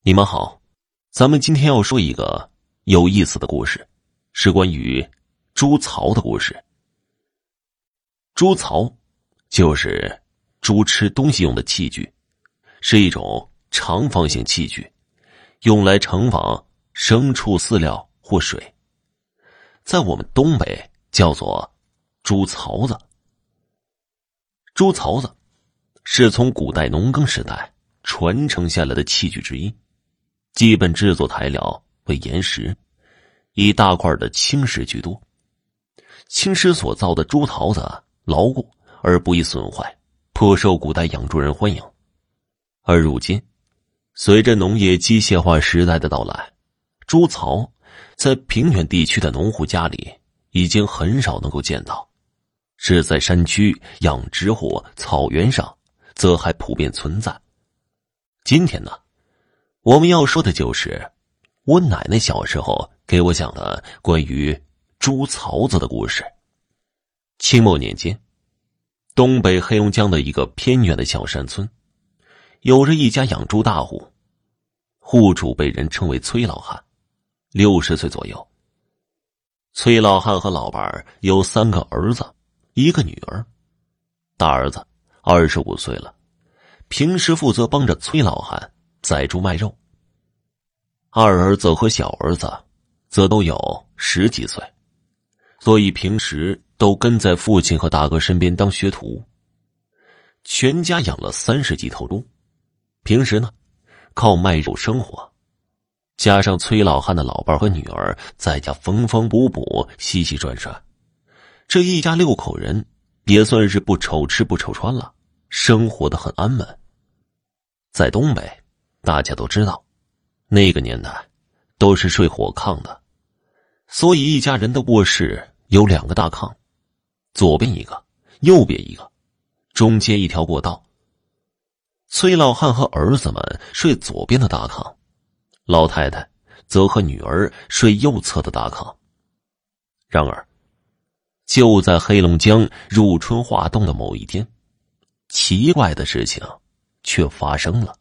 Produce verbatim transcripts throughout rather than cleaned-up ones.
你们好，咱们今天要说一个有意思的故事，是关于猪槽的故事。猪槽就是猪吃东西用的器具，是一种长方形器具，用来盛放牲畜饲料或水，在我们东北叫做猪槽子。猪槽子是从古代农耕时代传承下来的器具之一，基本制作材料为岩石，以大块的青石居多。青石所造的猪槽子牢固而不易损坏，颇受古代养猪人欢迎。而如今，随着农业机械化时代的到来，猪槽在平原地区的农户家里已经很少能够见到，是在山区、养殖户、草原上则还普遍存在。今天呢，我们要说的就是我奶奶小时候给我讲的关于猪槽子的故事。清末年间，东北黑龙江的一个偏远的小山村，有着一家养猪大户，户主被人称为崔老汉，六十岁左右。崔老汉和老伴儿有三个儿子，一个女儿。大儿子二十五岁了，平时负责帮着崔老汉宰猪卖肉。二儿子和小儿子则都有十几岁，所以平时都跟在父亲和大哥身边当学徒。全家养了三十几头猪，平时呢靠卖肉生活，加上崔老汉的老伴和女儿在家缝缝补补、洗洗涮涮，这一家六口人也算是不愁吃不愁穿了，生活得很安稳。在东北，大家都知道那个年代都是睡火炕的，所以一家人的卧室有两个大炕，左边一个，右边一个，中间一条过道。崔老汉和儿子们睡左边的大炕，老太太则和女儿睡右侧的大炕。然而就在黑龙江入春化冬的某一天，奇怪的事情却发生了。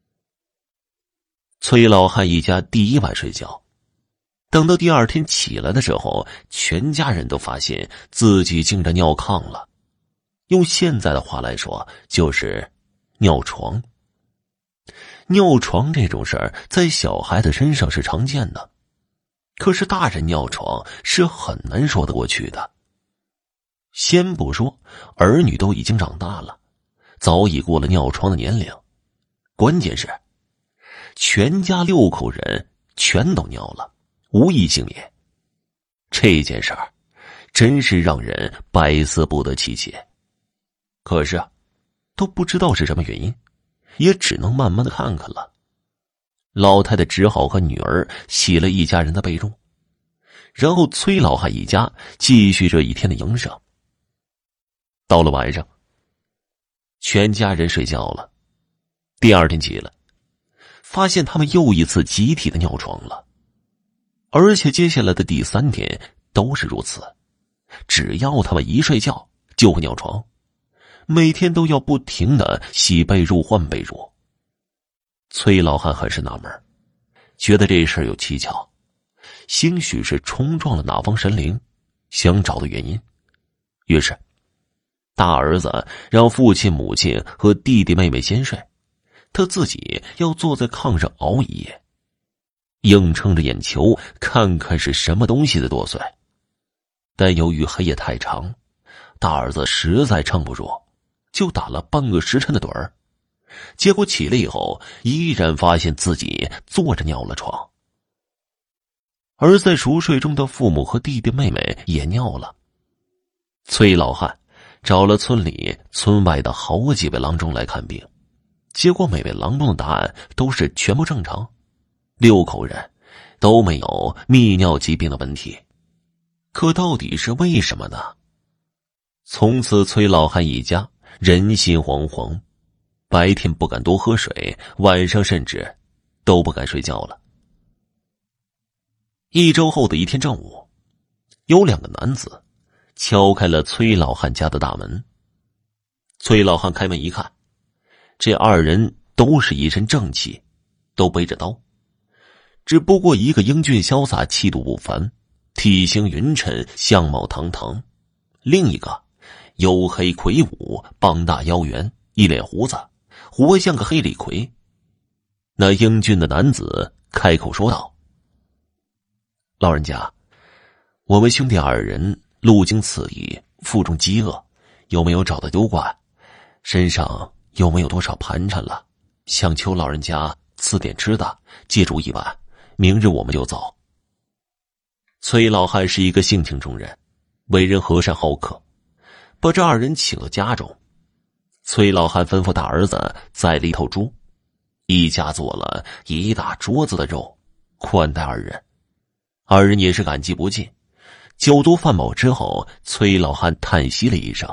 崔老汉一家第一晚睡觉，等到第二天起来的时候，全家人都发现自己竟然尿炕了。用现在的话来说，就是尿床。尿床这种事儿在小孩子身上是常见的，可是大人尿床是很难说得过去的。先不说儿女都已经长大了，早已过了尿床的年龄，关键是全家六口人全都尿了，无一幸免。这件事儿真是让人百思不得其解。可是啊，都不知道是什么原因，也只能慢慢的看看了。老太太只好和女儿洗了一家人的被褥，然后崔老汉一家继续这一天的营生。到了晚上，全家人睡觉了，第二天起来，发现他们又一次集体的尿床了，而且接下来的第三天都是如此。只要他们一睡觉就会尿床，每天都要不停的洗被褥换被褥。崔老汉很是纳闷，觉得这事儿有蹊跷，兴许是冲撞了哪方神灵，想找到原因。于是大儿子让父亲母亲和弟弟妹妹先睡，他自己要坐在炕上熬一夜，硬撑着眼球看看是什么东西在作祟。但由于黑夜太长，大儿子实在撑不住，就打了半个时辰的盹儿，结果起来以后依然发现自己坐着尿了床。而在熟睡中的父母和弟弟妹妹也尿了。崔老汉找了村里村外的好几位郎中来看病，结果每位郎中的答案都是全部正常，六口人都没有泌尿疾病的问题。可到底是为什么呢？从此崔老汉一家人心惶惶，白天不敢多喝水，晚上甚至都不敢睡觉了。一周后的一天正午，有两个男子敲开了崔老汉家的大门。崔老汉开门一看，这二人都是一身正气， 都背着刀，只不过一个英俊潇洒，气度不凡，体型匀称，相貌堂堂；另一个黝黑魁梧，膀大腰圆，一脸胡子，活像个黑李逵。那英俊的男子开口说道：“老人家，我们兄弟二人路经此地，腹中饥饿，有没有找到酒馆？身上有没有多少盘缠了？想求老人家赐点吃的，借住一晚，明日我们就走。”崔老汉是一个性情中人，为人和善好客，把这二人请到家中。崔老汉吩咐大儿子宰了一头猪，一家做了一大桌子的肉，款待二人。二人也是感激不尽。酒足饭饱之后，崔老汉叹息了一声：“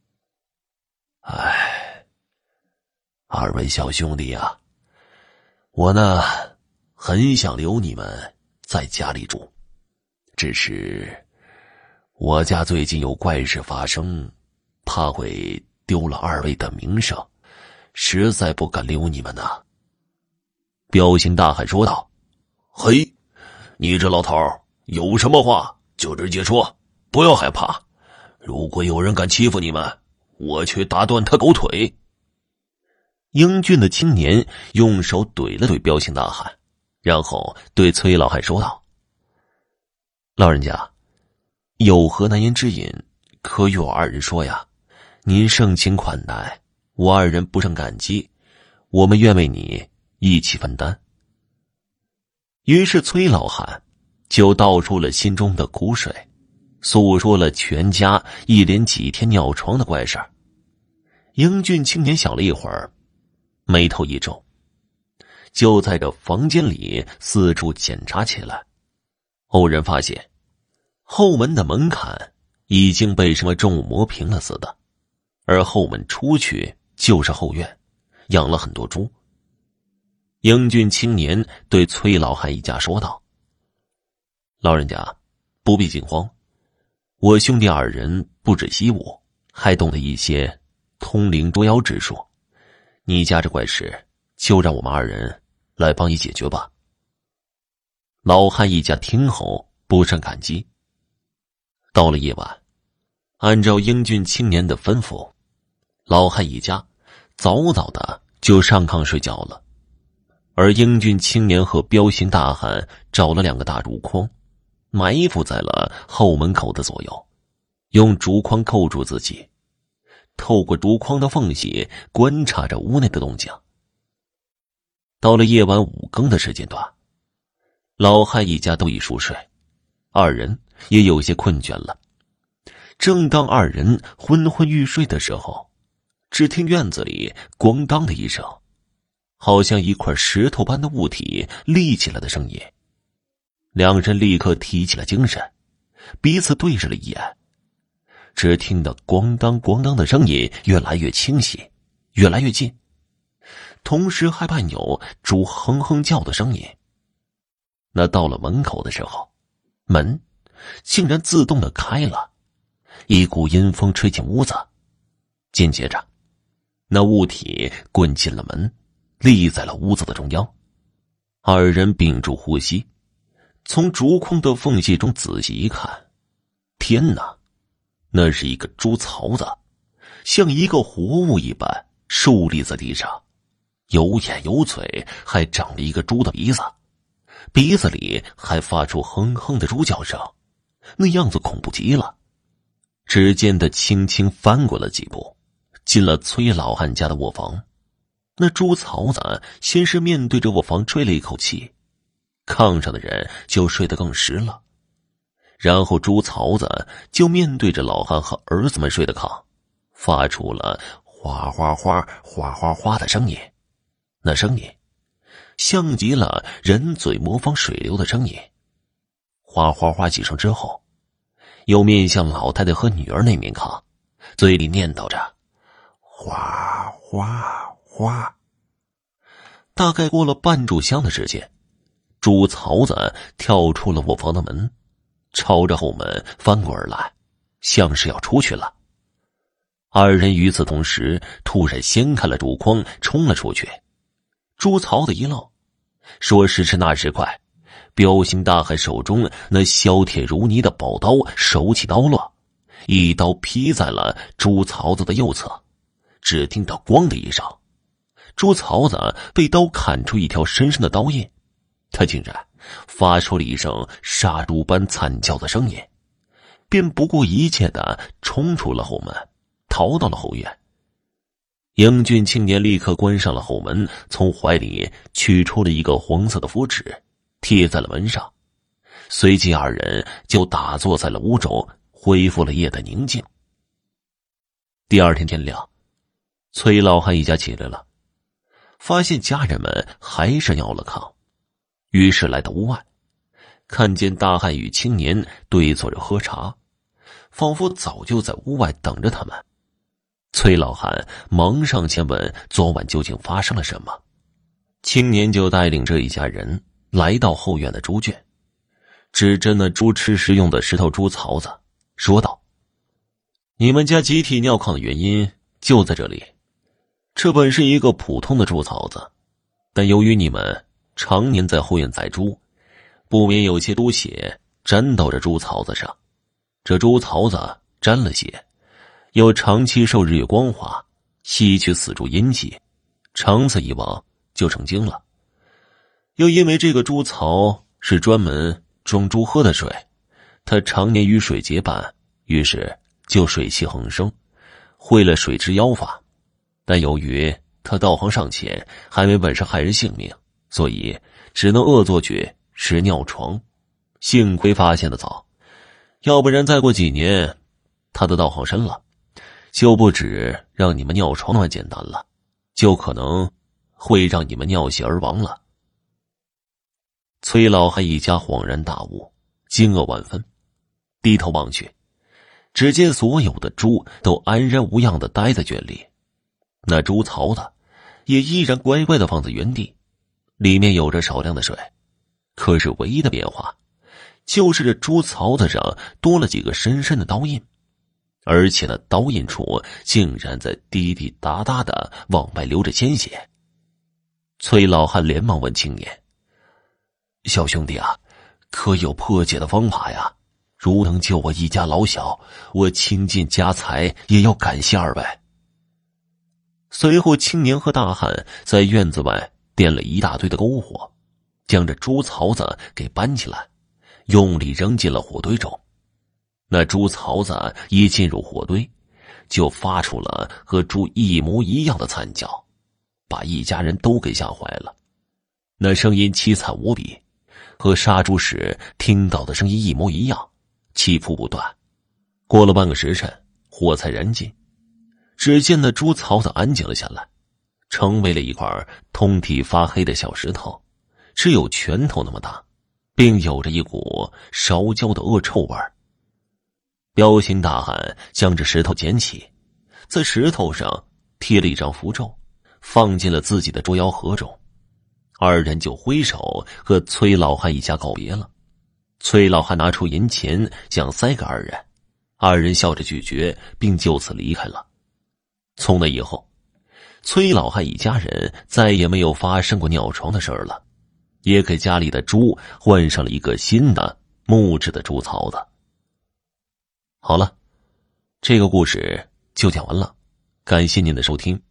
唉，二位小兄弟呀、啊，我呢很想留你们在家里住，只是我家最近有怪事发生，怕会丢了二位的名声，实在不敢留你们呢。”彪形大汉说道：“嘿，你这老头有什么话就直接说，不要害怕。如果有人敢欺负你们，我去打断他狗腿。”英俊的青年用手怼了怼彪形大汉，然后对崔老汉说道：“老人家，有何难言之隐，可与我二人说呀？您盛情款待，我二人不胜感激，我们愿为你一起分担。”于是崔老汉就道出了心中的苦水，诉说了全家一连几天尿床的怪事儿。英俊青年想了一会儿，眉头一皱，就在这房间里四处检查起来。偶然发现后门的门槛已经被什么重物磨平了似的，而后门出去就是后院，养了很多猪。英俊青年对崔老汉一家说道：“老人家不必惊慌，我兄弟二人不止习武，还懂得一些通灵捉妖之术，你家这怪事就让我们二人来帮你解决吧。”老汉一家听后不胜感激。到了夜晚，按照英俊青年的吩咐，老汉一家早早的就上炕睡觉了。而英俊青年和彪形大汉找了两个大竹筐，埋伏在了后门口的左右，用竹筐扣住自己，透过竹筐的缝隙观察着屋内的动静。到了夜晚五更的时间段，老汉一家都已熟睡，二人也有些困倦了。正当二人昏昏欲睡的时候，只听院子里咣当的一声，好像一块石头般的物体立起来的声音。两人立刻提起了精神，彼此对视了一眼。只听得咣当咣当的声音越来越清晰，越来越近，同时还伴有猪哼哼叫的声音。那到了门口的时候，门竟然自动的开了，一股阴风吹进屋子。紧接着，那物体滚进了门，立在了屋子的中央。二人屏住呼吸，从竹筐的缝隙中仔细一看，天哪，那是一个猪槽子，像一个活物一般竖立在地上，有眼有嘴，还长了一个猪的鼻子，鼻子里还发出哼哼的猪叫声，那样子恐怖极了。只见他轻轻翻过了几步，进了崔老汉家的卧房。那猪槽子先是面对着卧房吹了一口气，炕上的人就睡得更实了。然后猪槽子就面对着老汉和儿子们睡的炕，发出了哗哗哗哗哗哗的声音。那声音像极了人嘴模仿水流的声音。哗哗哗几声之后，又面向老太太和女儿那面炕，嘴里念叨着哗哗哗。大概过了半炷香的时间，猪槽子跳出了卧房的门，朝着后门翻过而来，像是要出去了。二人与此同时突然掀开了竹筐，冲了出去。猪槽子一愣， 说时迟那时快，彪形大汉手中那削铁如泥的宝刀手起刀落，一刀劈在了朱曹子的右侧。只听到咣的一声，朱曹子被刀砍出一条深深的刀印，他竟然发出了一声杀猪般惨叫的声音，便不顾一切地冲出了后门，逃到了后院。英俊青年立刻关上了后门，从怀里取出了一个黄色的符纸，贴在了门上。随即二人就打坐在了屋中，恢复了夜的宁静。第二天天亮，崔老汉一家起来了，发现家人们还是尿了炕，于是来到屋外，看见大汉与青年对坐着喝茶，仿佛早就在屋外等着他们。崔老汉忙上前问昨晚究竟发生了什么。青年就带领着一家人来到后院的猪圈，指着那猪吃食用的石头猪槽子说道：你们家集体尿炕的原因就在这里。这本是一个普通的猪槽子，但由于你们常年在后院宰猪，不免有些猪血沾到这猪槽子上，这猪槽子沾了血，又长期受日月光滑，吸取死猪阴气，肠子一往就成精了。又因为这个猪槽是专门装猪喝的水，它常年与水结伴，于是就水气横生，会了水之妖法。但由于他道行尚浅，还没本事害人性命，所以只能恶作剧吃尿床。幸亏发现的早，要不然再过几年他的道行深了，就不止让你们尿床那么简单了，就可能会让你们尿血而亡了。崔老汉一家恍然大悟，惊愕万分，低头望去，只见所有的猪都安然无恙地待在圈里，那猪槽子也依然乖乖地放在原地，里面有着少量的水。可是唯一的变化就是这猪槽子上多了几个深深的刀印，而且那刀印处竟然在滴滴答答地往外流着鲜血。崔老汉连忙问青年：小兄弟啊，可有破解的方法呀？如能救我一家老小，我倾尽家财也要感谢二位。随后青年和大汉在院子外点了一大堆的篝火，将这猪槽子给搬起来，用力扔进了火堆中。那猪槽子一进入火堆，就发出了和猪一模一样的惨叫，把一家人都给吓坏了。那声音凄惨无比，和杀猪时听到的声音一模一样，起伏不断。过了半个时辰，火才燃尽，只见那猪槽子安静了下来，成为了一块通体发黑的小石头，只有拳头那么大，并有着一股烧焦的恶臭味儿。彪形大汉将这石头捡起，在石头上贴了一张符咒，放进了自己的捉妖盒中。二人就挥手和崔老汉一家告别了。崔老汉拿出银钱想塞给二人，二人笑着拒绝，并就此离开了。从那以后，崔老汉一家人再也没有发生过尿床的事儿了，也给家里的猪换上了一个新的木质的猪槽子。好了，这个故事就讲完了，感谢您的收听。